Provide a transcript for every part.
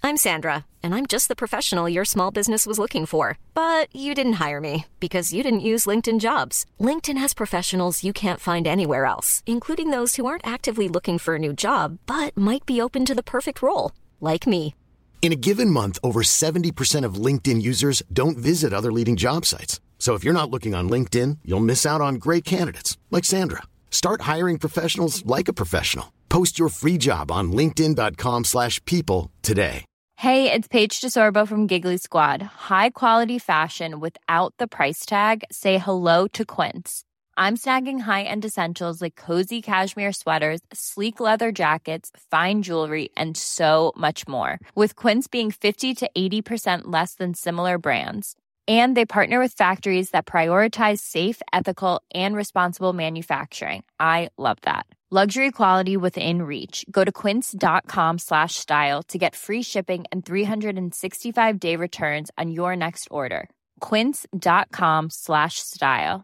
I'm Sandra, and I'm just the professional your small business was looking for. But you didn't hire me because you didn't use LinkedIn Jobs. LinkedIn has professionals you can't find anywhere else, including those who aren't actively looking for a new job, but might be open to the perfect role, like me. In a given month, over 70% of LinkedIn users don't visit other leading job sites. So if you're not looking on LinkedIn, you'll miss out on great candidates like Sandra. Start hiring professionals like a professional. Post your free job on linkedin.com/people today. Hey, it's Paige DeSorbo from Giggly Squad. High quality fashion without the price tag. Say hello to Quince. I'm snagging high-end essentials like cozy cashmere sweaters, sleek leather jackets, fine jewelry, and so much more. With Quince being 50 to 80% less than similar brands. And they partner with factories that prioritize safe, ethical, and responsible manufacturing. I love that. Luxury quality within reach. Go to quince.com/style to get free shipping and 365-day returns on your next order. Quince.com/style.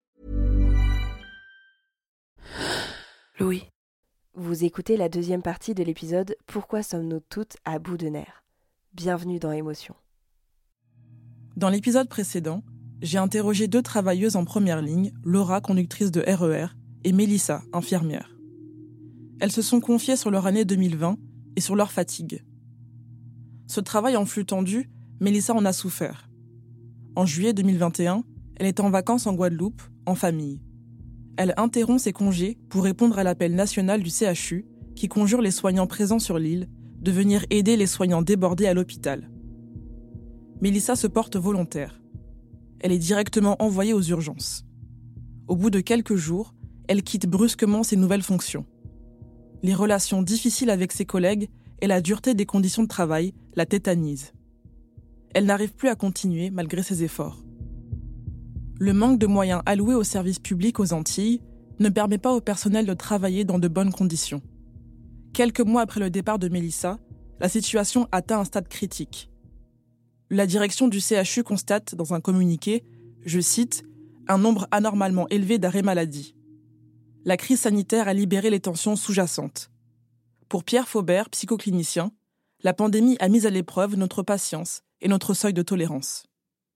Louis. Vous écoutez la deuxième partie de l'épisode « Pourquoi sommes-nous toutes à bout de nerfs ?» Bienvenue dans Émotion. Dans l'épisode précédent, j'ai interrogé 2 travailleuses en première ligne, Laura, conductrice de RER, et Mélissa, infirmière. Elles se sont confiées sur leur année 2020 et sur leur fatigue. Ce travail en flux tendu, Mélissa en a souffert. En juillet 2021, elle est en vacances en Guadeloupe, en famille. Elle interrompt ses congés pour répondre à l'appel national du CHU qui conjure les soignants présents sur l'île de venir aider les soignants débordés à l'hôpital. Mélissa se porte volontaire. Elle est directement envoyée aux urgences. Au bout de quelques jours, elle quitte brusquement ses nouvelles fonctions. Les relations difficiles avec ses collègues et la dureté des conditions de travail la tétanisent. Elle n'arrive plus à continuer malgré ses efforts. Le manque de moyens alloués aux services publics aux Antilles ne permet pas au personnel de travailler dans de bonnes conditions. Quelques mois après le départ de Mélissa, la situation atteint un stade critique. La direction du CHU constate dans un communiqué, je cite, « un nombre anormalement élevé d'arrêts maladie ». La crise sanitaire a libéré les tensions sous-jacentes. Pour Pierre Faubert, psychoclinicien, la pandémie a mis à l'épreuve notre patience et notre seuil de tolérance.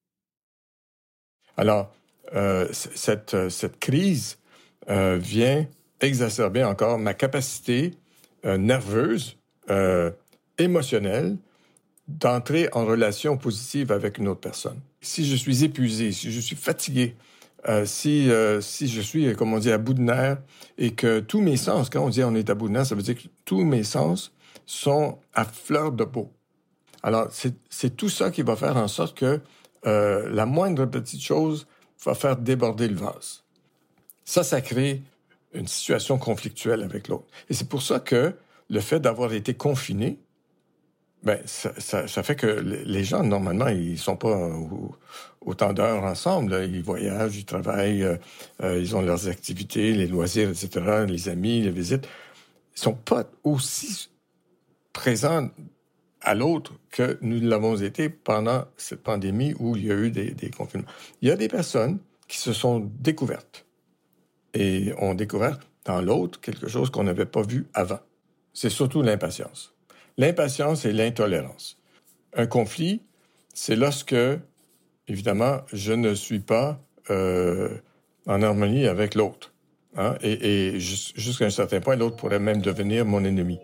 Alors, cette crise vient exacerber encore ma capacité nerveuse, émotionnelle, d'entrer en relation positive avec une autre personne. Si je suis épuisé, si je suis fatigué, si je suis, comme on dit, à bout de nerfs, et que tous mes sens, quand on dit on est à bout de nerfs, ça veut dire que tous mes sens sont à fleur de peau. Alors, c'est tout ça qui va faire en sorte que la moindre petite chose va faire déborder le vase. Ça crée une situation conflictuelle avec l'autre. Et c'est pour ça que le fait d'avoir été confiné, ça fait que les gens, normalement, ils sont pas autant d'heures ensemble. Là. Ils voyagent, ils travaillent, ils ont leurs activités, les loisirs, etc., les amis, les visites. Ils sont pas aussi présents à l'autre que nous l'avons été pendant cette pandémie où il y a eu des confinements. Il y a des personnes qui se sont découvertes et ont découvert dans l'autre quelque chose qu'on n'avait pas vu avant. C'est surtout l'impatience. L'impatience et l'intolérance. Un conflit, c'est lorsque, évidemment, je ne suis pas en harmonie avec l'autre. Hein? Et jusqu'à un certain point, l'autre pourrait même devenir mon ennemi.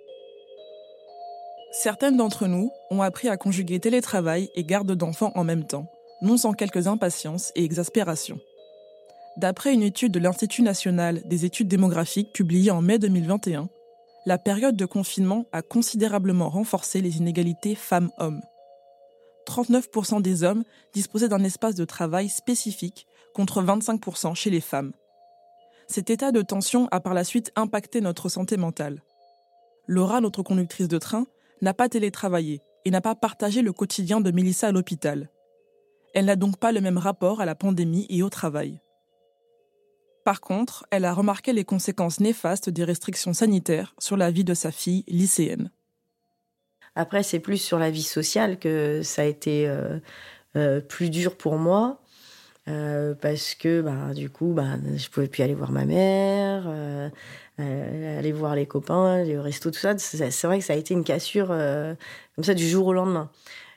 Certaines d'entre nous ont appris à conjuguer télétravail et garde d'enfants en même temps, non sans quelques impatiences et exaspérations. D'après une étude de l'Institut national des études démographiques publiée en mai 2021, la période de confinement a considérablement renforcé les inégalités femmes-hommes. 39% des hommes disposaient d'un espace de travail spécifique contre 25% chez les femmes. Cet état de tension a par la suite impacté notre santé mentale. Laura, notre conductrice de train, n'a pas télétravaillé et n'a pas partagé le quotidien de Mélissa à l'hôpital. Elle n'a donc pas le même rapport à la pandémie et au travail. Par contre, elle a remarqué les conséquences néfastes des restrictions sanitaires sur la vie de sa fille lycéenne. Après, c'est plus sur la vie sociale que ça a été plus dur pour moi. Parce que du coup je pouvais plus aller voir ma mère, aller voir les copains, aller au resto, tout ça. C'est vrai que ça a été une cassure comme ça du jour au lendemain.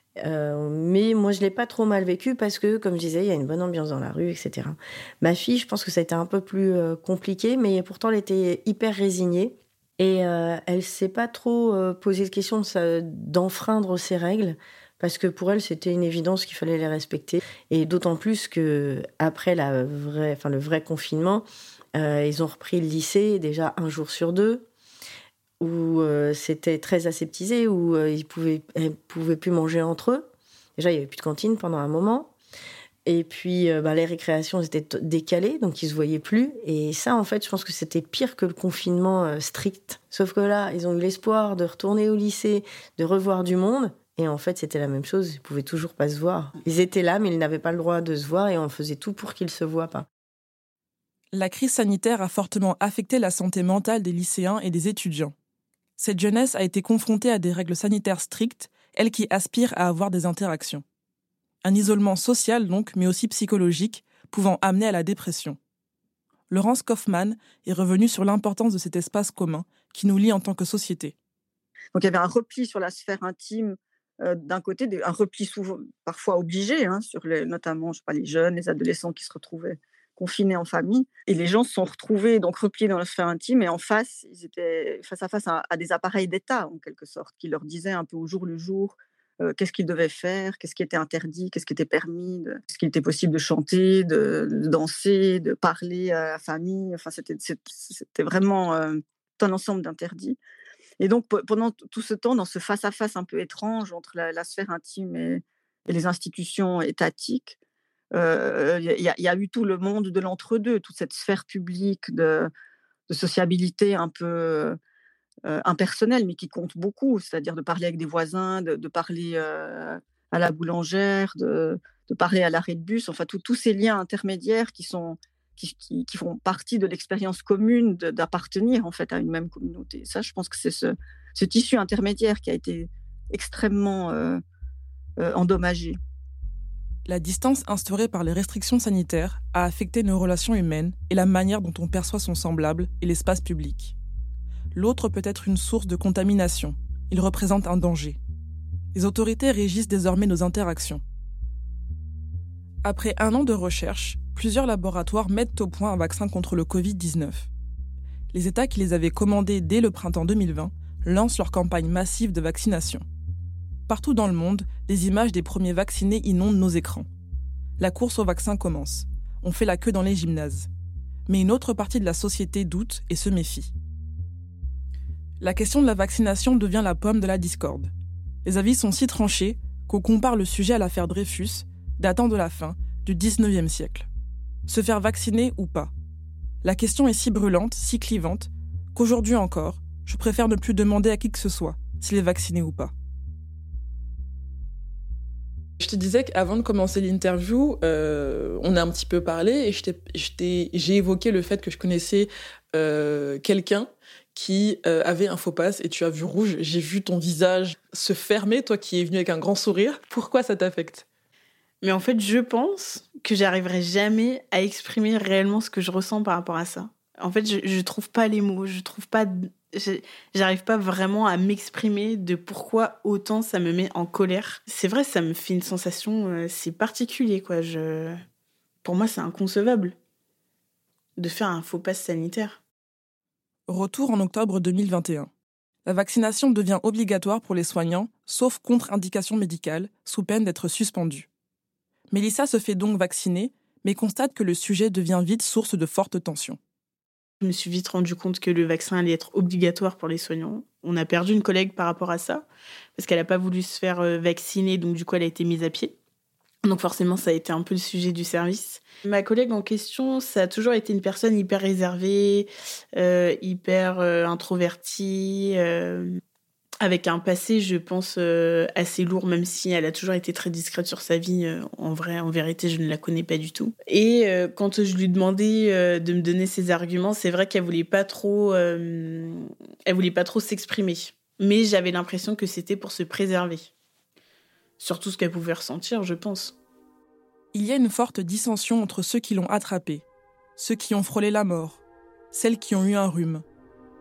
Mais moi, je l'ai pas trop mal vécu parce que, comme je disais, il y a une bonne ambiance dans la rue, etc. Ma fille, je pense que ça a été un peu plus compliqué, mais pourtant, elle était hyper résignée. Et elle s'est pas trop posé de question d'enfreindre ses règles, parce que pour elle, c'était une évidence qu'il fallait les respecter. Et d'autant plus qu'après le vrai confinement, ils ont repris le lycée déjà 1 jour sur 2, où c'était très aseptisé, où ils pouvaient plus manger entre eux. Déjà, il n'y avait plus de cantine pendant un moment. Et puis, les récréations étaient décalées, donc ils ne se voyaient plus. Et ça, en fait, je pense que c'était pire que le confinement strict. Sauf que là, ils ont eu l'espoir de retourner au lycée, de revoir du monde. Et en fait, c'était la même chose. Ils ne pouvaient toujours pas se voir. Ils étaient là, mais ils n'avaient pas le droit de se voir et on faisait tout pour qu'ils ne se voient pas. La crise sanitaire a fortement affecté la santé mentale des lycéens et des étudiants. Cette jeunesse a été confrontée à des règles sanitaires strictes, elle qui aspire à avoir des interactions. Un isolement social donc, mais aussi psychologique, pouvant amener à la dépression. Laurence Kaufmann est revenue sur l'importance de cet espace commun qui nous lie en tant que société. Donc il y avait un repli sur la sphère intime d'un côté, un repli souvent, parfois obligé, sur notamment les jeunes, les adolescents qui se retrouvaient confinés en famille. Et les gens se sont retrouvés donc repliés dans la sphère intime et en face, ils étaient face à face à des appareils d'État, en quelque sorte, qui leur disaient un peu au jour le jour qu'est-ce qu'ils devaient faire, qu'est-ce qui était interdit, qu'est-ce qui était permis, ce qu'il était possible de chanter, de danser, de parler à la famille. Enfin, c'était vraiment un ensemble d'interdits. Et donc, pendant tout ce temps, dans ce face-à-face un peu étrange entre la sphère intime et les institutions étatiques, il y a eu tout le monde de l'entre-deux, toute cette sphère publique de sociabilité un peu impersonnelle, mais qui compte beaucoup, c'est-à-dire de parler avec des voisins, de parler à la boulangère, de parler à l'arrêt de bus, enfin tous ces liens intermédiaires qui font partie de l'expérience commune d'appartenir en fait à une même communauté. Ça, je pense que c'est ce tissu intermédiaire qui a été extrêmement endommagé. La distance instaurée par les restrictions sanitaires a affecté nos relations humaines et la manière dont on perçoit son semblable et l'espace public. L'autre peut être une source de contamination. Il représente un danger. Les autorités régissent désormais nos interactions. Après 1 an de recherche, plusieurs laboratoires mettent au point un vaccin contre le Covid-19. Les États qui les avaient commandés dès le printemps 2020 lancent leur campagne massive de vaccination. Partout dans le monde, des images des premiers vaccinés inondent nos écrans. La course au vaccin commence. On fait la queue dans les gymnases. Mais une autre partie de la société doute et se méfie. La question de la vaccination devient la pomme de la discorde. Les avis sont si tranchés qu'on compare le sujet à l'affaire Dreyfus, datant de la fin du XIXe siècle. Se faire vacciner ou pas? La question est si brûlante, si clivante, qu'aujourd'hui encore, je préfère ne plus demander à qui que ce soit s'il est vacciné ou pas. Je te disais qu'avant de commencer l'interview, on a un petit peu parlé et j'ai évoqué le fait que je connaissais quelqu'un qui avait un faux pass et tu as vu rouge. J'ai vu ton visage se fermer, toi qui es venu avec un grand sourire. Pourquoi ça t'affecte? Mais en fait, je pense que j'arriverai jamais à exprimer réellement ce que je ressens par rapport à ça. En fait, je trouve pas les mots, j'arrive pas vraiment à m'exprimer de pourquoi autant ça me met en colère. C'est vrai, ça me fait une sensation, c'est particulier, quoi. Pour moi, c'est inconcevable de faire un faux pass sanitaire. Retour en octobre 2021. La vaccination devient obligatoire pour les soignants, sauf contre-indication médicale, sous peine d'être suspendue. Mélissa se fait donc vacciner, mais constate que le sujet devient vite source de fortes tensions. Je me suis vite rendu compte que le vaccin allait être obligatoire pour les soignants. On a perdu une collègue par rapport à ça, parce qu'elle n'a pas voulu se faire vacciner, donc du coup elle a été mise à pied. Donc forcément, ça a été un peu le sujet du service. Ma collègue en question, ça a toujours été une personne hyper réservée, hyper introvertie, avec un passé, je pense, assez lourd, même si elle a toujours été très discrète sur sa vie. En vérité, je ne la connais pas du tout. Et quand je lui demandais de me donner ses arguments, c'est vrai qu'elle voulait pas trop s'exprimer. Mais j'avais l'impression que c'était pour se préserver. Surtout ce qu'elle pouvait ressentir, je pense. Il y a une forte dissension entre ceux qui l'ont attrapée, ceux qui ont frôlé la mort, celles qui ont eu un rhume,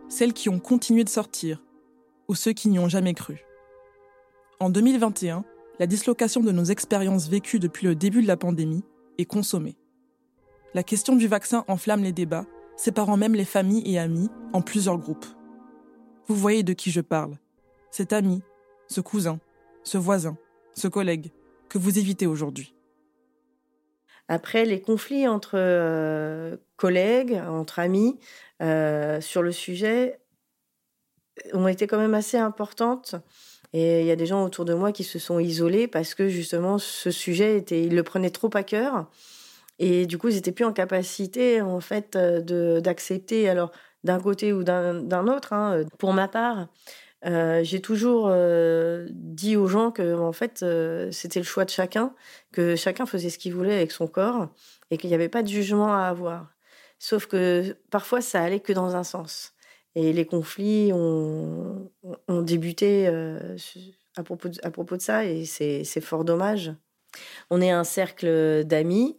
celles qui ont continué de sortir, ou ceux qui n'y ont jamais cru. En 2021, la dislocation de nos expériences vécues depuis le début de la pandémie est consommée. La question du vaccin enflamme les débats, séparant même les familles et amis en plusieurs groupes. Vous voyez de qui je parle. Cet ami, ce cousin, ce voisin, ce collègue que vous évitez aujourd'hui. Après, les conflits entre collègues, entre amis, sur le sujet ont été quand même assez importantes. Et il y a des gens autour de moi qui se sont isolés parce que justement, ce sujet, ils le prenaient trop à cœur. Et du coup, ils n'étaient plus en capacité, en fait, d'accepter, alors d'un côté ou d'un autre. Pour ma part, j'ai toujours dit aux gens que, en fait, c'était le choix de chacun, que chacun faisait ce qu'il voulait avec son corps et qu'il n'y avait pas de jugement à avoir. Sauf que parfois, ça allait que dans un sens. Et les conflits ont débuté à propos de ça, et c'est fort dommage. On est un cercle d'amis.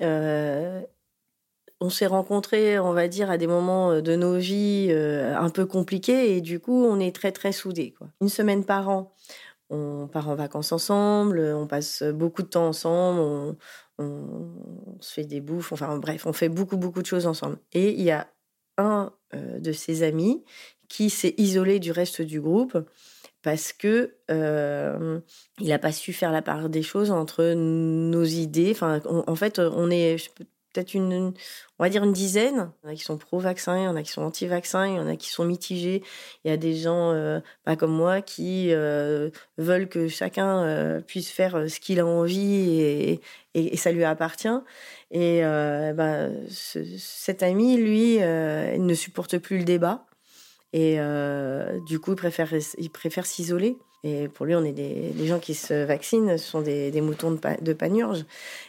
On s'est rencontrés, on va dire, à des moments de nos vies un peu compliqués, et du coup, on est très, très soudés, quoi. Une semaine par an, on part en vacances ensemble, on passe beaucoup de temps ensemble, on se fait des bouffes, enfin bref, on fait beaucoup, beaucoup de choses ensemble. Et il y a un de ses amis qui s'est isolé du reste du groupe parce que il n'a pas su faire la part des choses entre nos idées. Enfin, en fait, on est peut-être on va dire une dizaine. Il y en a qui sont pro-vaccin, il y en a qui sont anti-vaccin, il y en a qui sont mitigés. Il y a des gens pas comme moi qui veulent que chacun puisse faire ce qu'il a envie et ça lui appartient. Et cet ami, lui, il ne supporte plus le débat. Et du coup, il préfère s'isoler. Et pour lui, on est les gens qui se vaccinent, ce sont des moutons de panurge.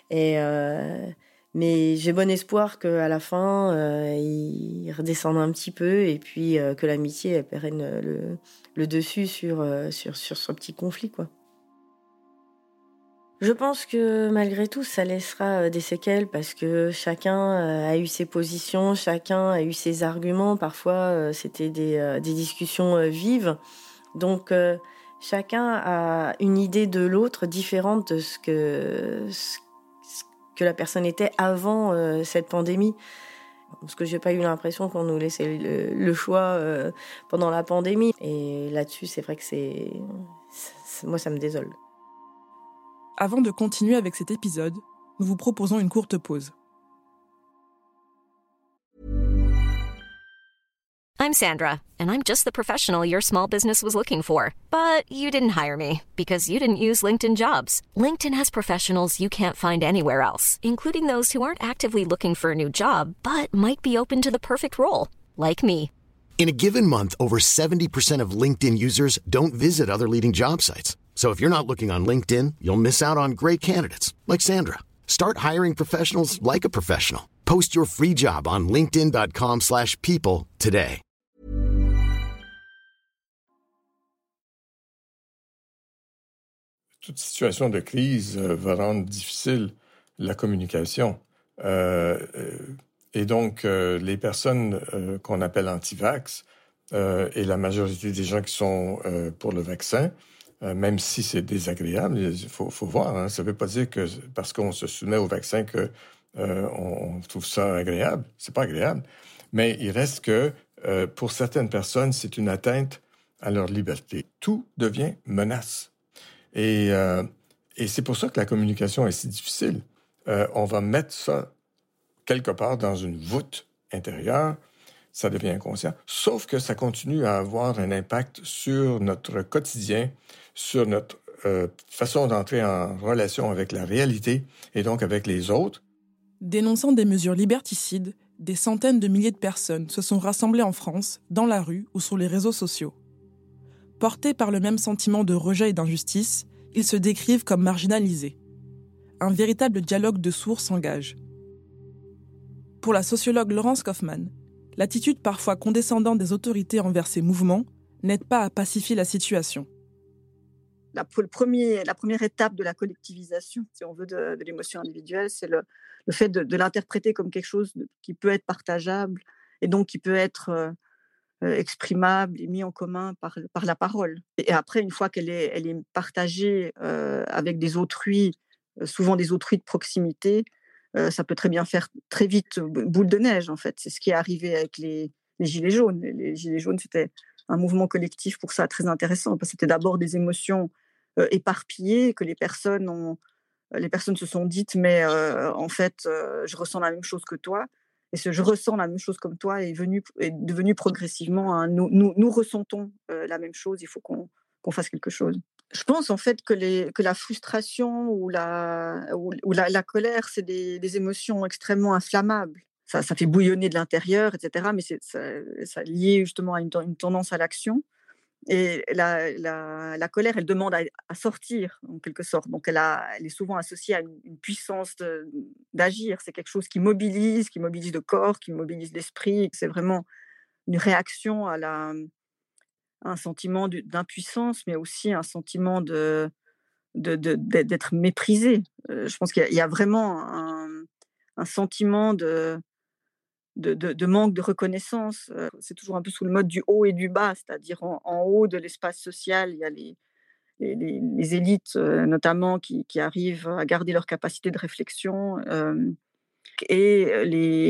Mais j'ai bon espoir qu'à la fin, ils redescendent un petit peu et puis que l'amitié elle prenne le dessus sur ce petit conflit, quoi. Je pense que malgré tout, ça laissera des séquelles parce que chacun a eu ses positions, chacun a eu ses arguments. Parfois, c'était des discussions vives. Donc, chacun a une idée de l'autre différente de ce que la personne était avant cette pandémie. Parce que j'ai pas eu l'impression qu'on nous laissait le choix pendant la pandémie. Et là-dessus, c'est vrai que moi, ça me désole. Avant de continuer avec cet épisode, nous vous proposons une courte pause. I'm Sandra, and I'm just the professional your small business was looking for. But you didn't hire me because you didn't use LinkedIn Jobs. LinkedIn has professionals you can't find anywhere else, including those who aren't actively looking for a new job, but might be open to the perfect role, like me. In a given month, over 70% of LinkedIn users don't visit other leading job sites. So if you're not looking on LinkedIn, you'll miss out on great candidates like Sandra. Start hiring professionals like a professional. Post your free job on linkedin.com/people today. Toute situation de crise va rendre difficile la communication. Et donc, les personnes qu'on appelle anti-vax et la majorité des gens qui sont pour le vaccin, même si c'est désagréable, il faut voir. Hein, ça ne veut pas dire que parce qu'on se soumet au vaccin on trouve ça agréable. C'est pas agréable. Mais il reste que pour certaines personnes, c'est une atteinte à leur liberté. Tout devient menace. Et c'est pour ça que la communication est si difficile. On va mettre ça quelque part dans une voûte intérieure, ça devient inconscient, sauf que ça continue à avoir un impact sur notre quotidien, sur notre façon d'entrer en relation avec la réalité et donc avec les autres. Dénonçant des mesures liberticides, des centaines de milliers de personnes se sont rassemblées en France, dans la rue ou sur les réseaux sociaux. Portés par le même sentiment de rejet et d'injustice, ils se décrivent comme marginalisés. Un véritable dialogue de sourds s'engage. Pour la sociologue Laurence Kaufmann, l'attitude parfois condescendante des autorités envers ces mouvements n'aide pas à pacifier la situation. La première étape de la collectivisation, si on veut, de l'émotion individuelle, c'est le fait de l'interpréter comme quelque chose qui peut être partageable et donc qui peut être exprimable et mis en commun par la parole. Et après, une fois qu'elle est partagée avec des autrui, souvent des autrui de proximité, ça peut très bien faire très vite boule de neige, en fait. C'est ce qui est arrivé avec les Gilets jaunes. Les Gilets jaunes, c'était un mouvement collectif pour ça très intéressant, parce que c'était d'abord des émotions éparpillées que les personnes se sont dites, mais en fait, je ressens la même chose que toi. Et ce « je ressens la même chose comme toi » est devenu progressivement un « nous ressentons la même chose, il faut qu'on fasse quelque chose ». Je pense en fait que la frustration ou la colère, c'est des émotions extrêmement inflammables. Ça fait bouillonner de l'intérieur, etc. Mais ça lié justement à une tendance à l'action. Et la colère, elle demande à sortir, en quelque sorte. Donc, elle est souvent associée à une puissance d'agir. C'est quelque chose qui mobilise le corps, qui mobilise l'esprit. C'est vraiment une réaction à un sentiment d'impuissance, mais aussi un sentiment d'être méprisé. Je pense qu'il y a vraiment un sentiment de manque de reconnaissance. C'est toujours un peu sous le mode du haut et du bas, c'est-à-dire en haut de l'espace social, il y a les élites, notamment, qui arrivent à garder leur capacité de réflexion, et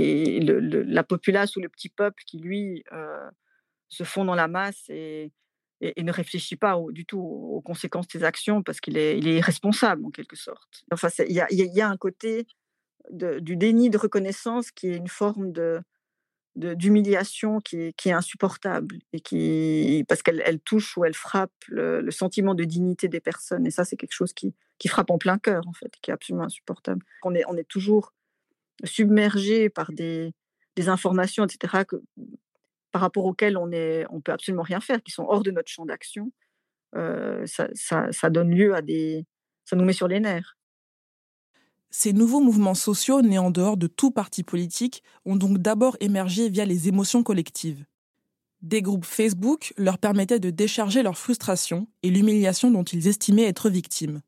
la populace ou le petit peuple qui, lui, se fond dans la masse et ne réfléchit pas du tout aux conséquences de ses actions parce qu'il est irresponsable, en quelque sorte. Enfin, il y a un côté du déni de reconnaissance qui est une forme d'humiliation qui est insupportable et parce qu'elle touche ou elle frappe le sentiment de dignité des personnes. Et ça, c'est quelque chose qui frappe en plein cœur, en fait, qui est absolument insupportable. On est toujours submergé par des informations, etc., par rapport auxquelles on peut absolument rien faire, qui sont hors de notre champ d'action. Ça donne lieu ça nous met sur les nerfs. Ces nouveaux mouvements sociaux, nés en dehors de tout parti politique, ont donc d'abord émergé via les émotions collectives. Des groupes Facebook leur permettaient de décharger leur frustration et l'humiliation dont ils estimaient être victimes.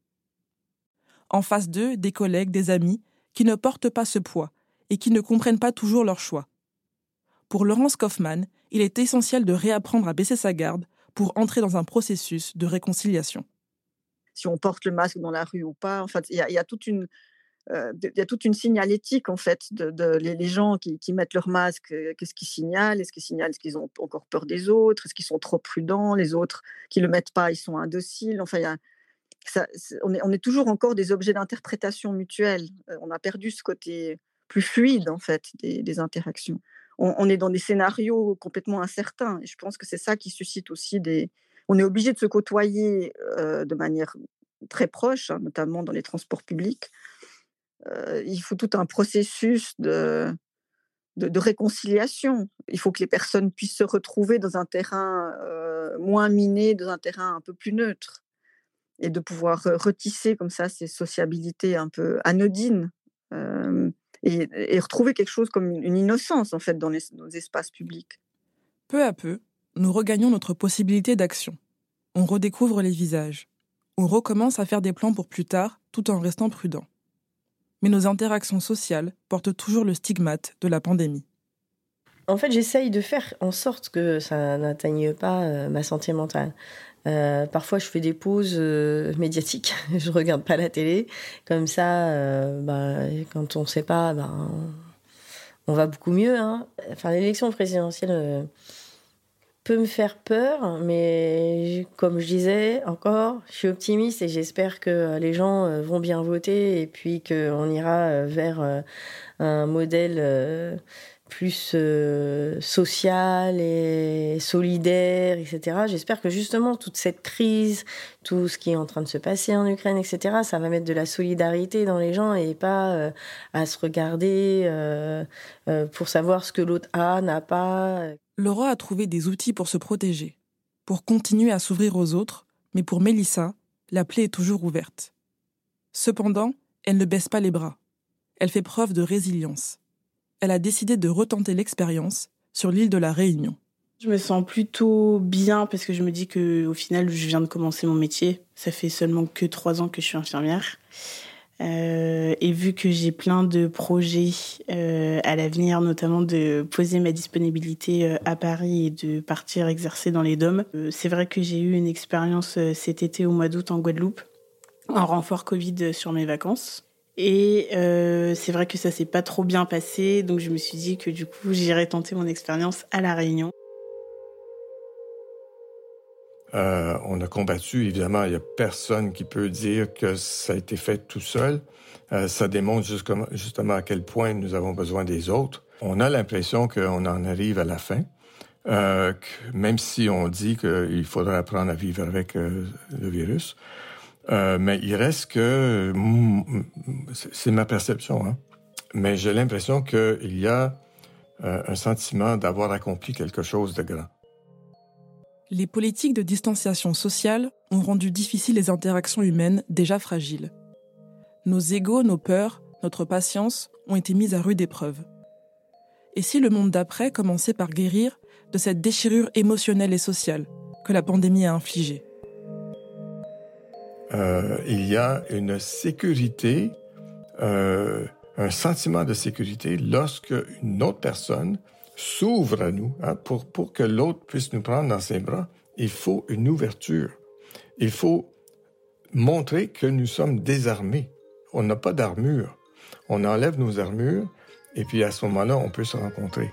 En face d'eux, des collègues, des amis, qui ne portent pas ce poids et qui ne comprennent pas toujours leur choix. Pour Laurence Kaufmann, il est essentiel de réapprendre à baisser sa garde pour entrer dans un processus de réconciliation. Si on porte le masque dans la rue ou pas, en fait, il y a toute une signalétique, en fait, les gens qui mettent leur masque. Qu'est-ce qu'ils signalent ? Est-ce qu'ils ont encore peur des autres ? Est-ce qu'ils sont trop prudents ? Les autres qui le mettent pas, ils sont indociles. Enfin, on est toujours encore des objets d'interprétation mutuelle. On a perdu ce côté plus fluide, en fait, des interactions. On est dans des scénarios complètement incertains. Et je pense que c'est ça qui suscite aussi on est obligé de se côtoyer de manière très proche, hein, notamment dans les transports publics. Il faut tout un processus de réconciliation. Il faut que les personnes puissent se retrouver dans un terrain moins miné, dans un terrain un peu plus neutre, et de pouvoir retisser comme ça ces sociabilités un peu anodines, et retrouver quelque chose comme une innocence, en fait, dans nos espaces publics. Peu à peu, nous regagnons notre possibilité d'action. On redécouvre les visages. On recommence à faire des plans pour plus tard, tout en restant prudent. Mais nos interactions sociales portent toujours le stigmate de la pandémie. En fait, j'essaye de faire en sorte que ça n'atteigne pas ma santé mentale. Parfois, je fais des pauses médiatiques. Je regarde pas la télé. Comme ça, quand on sait pas, on va beaucoup mieux. Hein. Enfin, l'élection présidentielle peut me faire peur, mais comme je disais encore, je suis optimiste et j'espère que les gens vont bien voter et puis qu'on ira vers un modèle plus social et solidaire, etc. J'espère que justement toute cette crise, tout ce qui est en train de se passer en Ukraine, etc., ça va mettre de la solidarité dans les gens et pas à se regarder pour savoir ce que l'autre n'a pas. Laura a trouvé des outils pour se protéger, pour continuer à s'ouvrir aux autres, mais pour Mélissa, la plaie est toujours ouverte. Cependant, elle ne baisse pas les bras. Elle fait preuve de résilience. Elle a décidé de retenter l'expérience sur l'île de la Réunion. Je me sens plutôt bien parce que je me dis qu'au final, je viens de commencer mon métier. Ça fait seulement que 3 ans que je suis infirmière. Et vu que j'ai plein de projets à l'avenir, notamment de poser ma disponibilité à Paris et de partir exercer dans les DOM, c'est vrai que j'ai eu une expérience cet été au mois d'août en Guadeloupe, en renfort Covid sur mes vacances. Et c'est vrai que ça s'est pas trop bien passé, donc je me suis dit que du coup j'irais tenter mon expérience à La Réunion. On a combattu, évidemment, il n'y a personne qui peut dire que ça a été fait tout seul. Ça démontre justement à quel point nous avons besoin des autres. On a l'impression qu'on en arrive à la fin, même si on dit qu'il faudra apprendre à vivre avec le virus. Mais il reste que... C'est ma perception, hein. Mais j'ai l'impression qu'il y a un sentiment d'avoir accompli quelque chose de grand. Les politiques de distanciation sociale ont rendu difficiles les interactions humaines déjà fragiles. Nos égos, nos peurs, notre patience ont été mises à rude épreuve. Et si le monde d'après commençait par guérir de cette déchirure émotionnelle et sociale que la pandémie a infligée? Il y a une sécurité, un sentiment de sécurité lorsque une autre personne s'ouvre à nous. Hein, pour que l'autre puisse nous prendre dans ses bras, il faut une ouverture. Il faut montrer que nous sommes désarmés. On n'a pas d'armure. On enlève nos armures et puis à ce moment-là, on peut se rencontrer.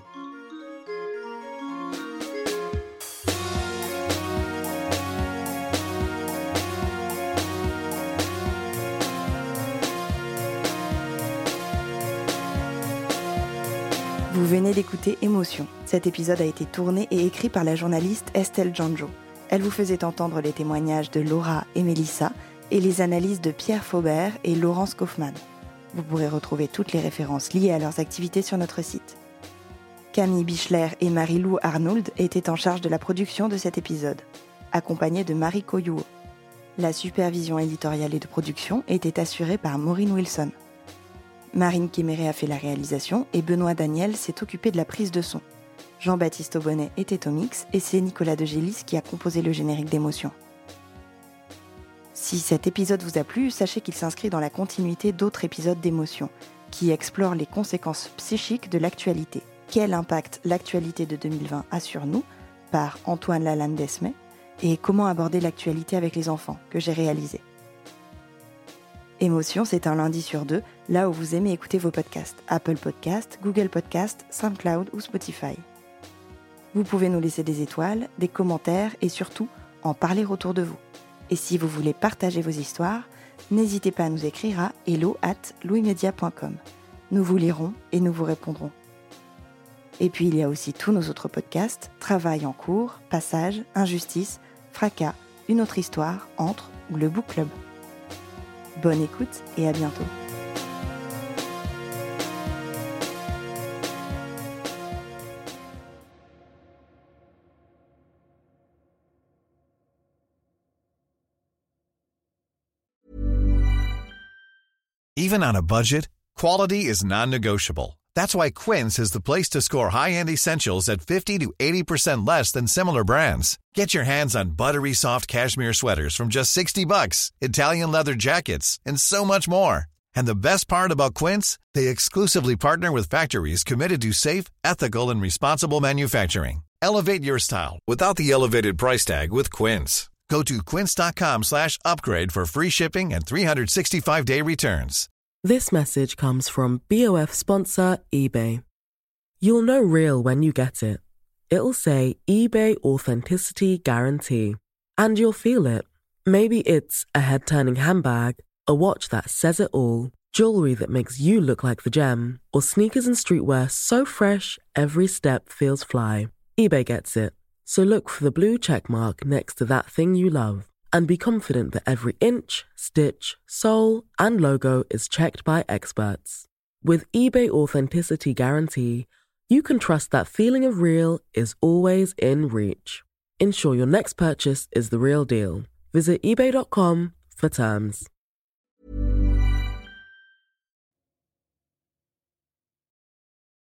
Vous venez d'écouter Émotion. Cet épisode a été tourné et écrit par la journaliste Estelle Janjo. Elle vous faisait entendre les témoignages de Laura et Mélissa et les analyses de Pierre Faubert et Laurence Kaufmann. Vous pourrez retrouver toutes les références liées à leurs activités sur notre site. Camille Bichler et Marie-Lou Arnould étaient en charge de la production de cet épisode, accompagnées de Marie Coyouo. La supervision éditoriale et de production était assurée par Maureen Wilson. Marine Kéméré a fait la réalisation et Benoît Daniel s'est occupé de la prise de son. Jean-Baptiste Aubonnet était au mix et c'est Nicolas de Gélis qui a composé le générique d'Émotion. Si cet épisode vous a plu, sachez qu'il s'inscrit dans la continuité d'autres épisodes d'Émotion qui explorent les conséquences psychiques de l'actualité. Quel impact l'actualité de 2020 a sur nous, par Antoine Lalanne-Desmet, et comment aborder l'actualité avec les enfants, que j'ai réalisé. Émotion, c'est un lundi sur 2, là où vous aimez écouter vos podcasts. Apple Podcasts, Google Podcasts, SoundCloud ou Spotify. Vous pouvez nous laisser des étoiles, des commentaires et surtout, en parler autour de vous. Et si vous voulez partager vos histoires, n'hésitez pas à nous écrire à hello@louismedia.com. Nous vous lirons et nous vous répondrons. Et puis il y a aussi tous nos autres podcasts, Travail en cours, Passage, Injustice, Fracas, Une autre histoire, Entre ou le Book Club. Bonne écoute et à bientôt. Even on a budget, quality is non-negotiable. That's why Quince is the place to score high-end essentials at 50 to 80% less than similar brands. Get your hands on buttery soft cashmere sweaters from just $60, Italian leather jackets, and so much more. And the best part about Quince, they exclusively partner with factories committed to safe, ethical, and responsible manufacturing. Elevate your style without the elevated price tag with Quince. Go to quince.com/upgrade for free shipping and 365-day returns. This message comes from BOF sponsor eBay. You'll know real when you get it. It'll say eBay Authenticity Guarantee. And you'll feel it. Maybe it's a head-turning handbag, a watch that says it all, jewelry that makes you look like the gem, or sneakers and streetwear so fresh every step feels fly. eBay gets it. So look for the blue check mark next to that thing you love. And be confident that every inch, stitch, sole, and logo is checked by experts. With eBay Authenticity Guarantee, you can trust that feeling of real is always in reach. Ensure your next purchase is the real deal. Visit ebay.com for terms.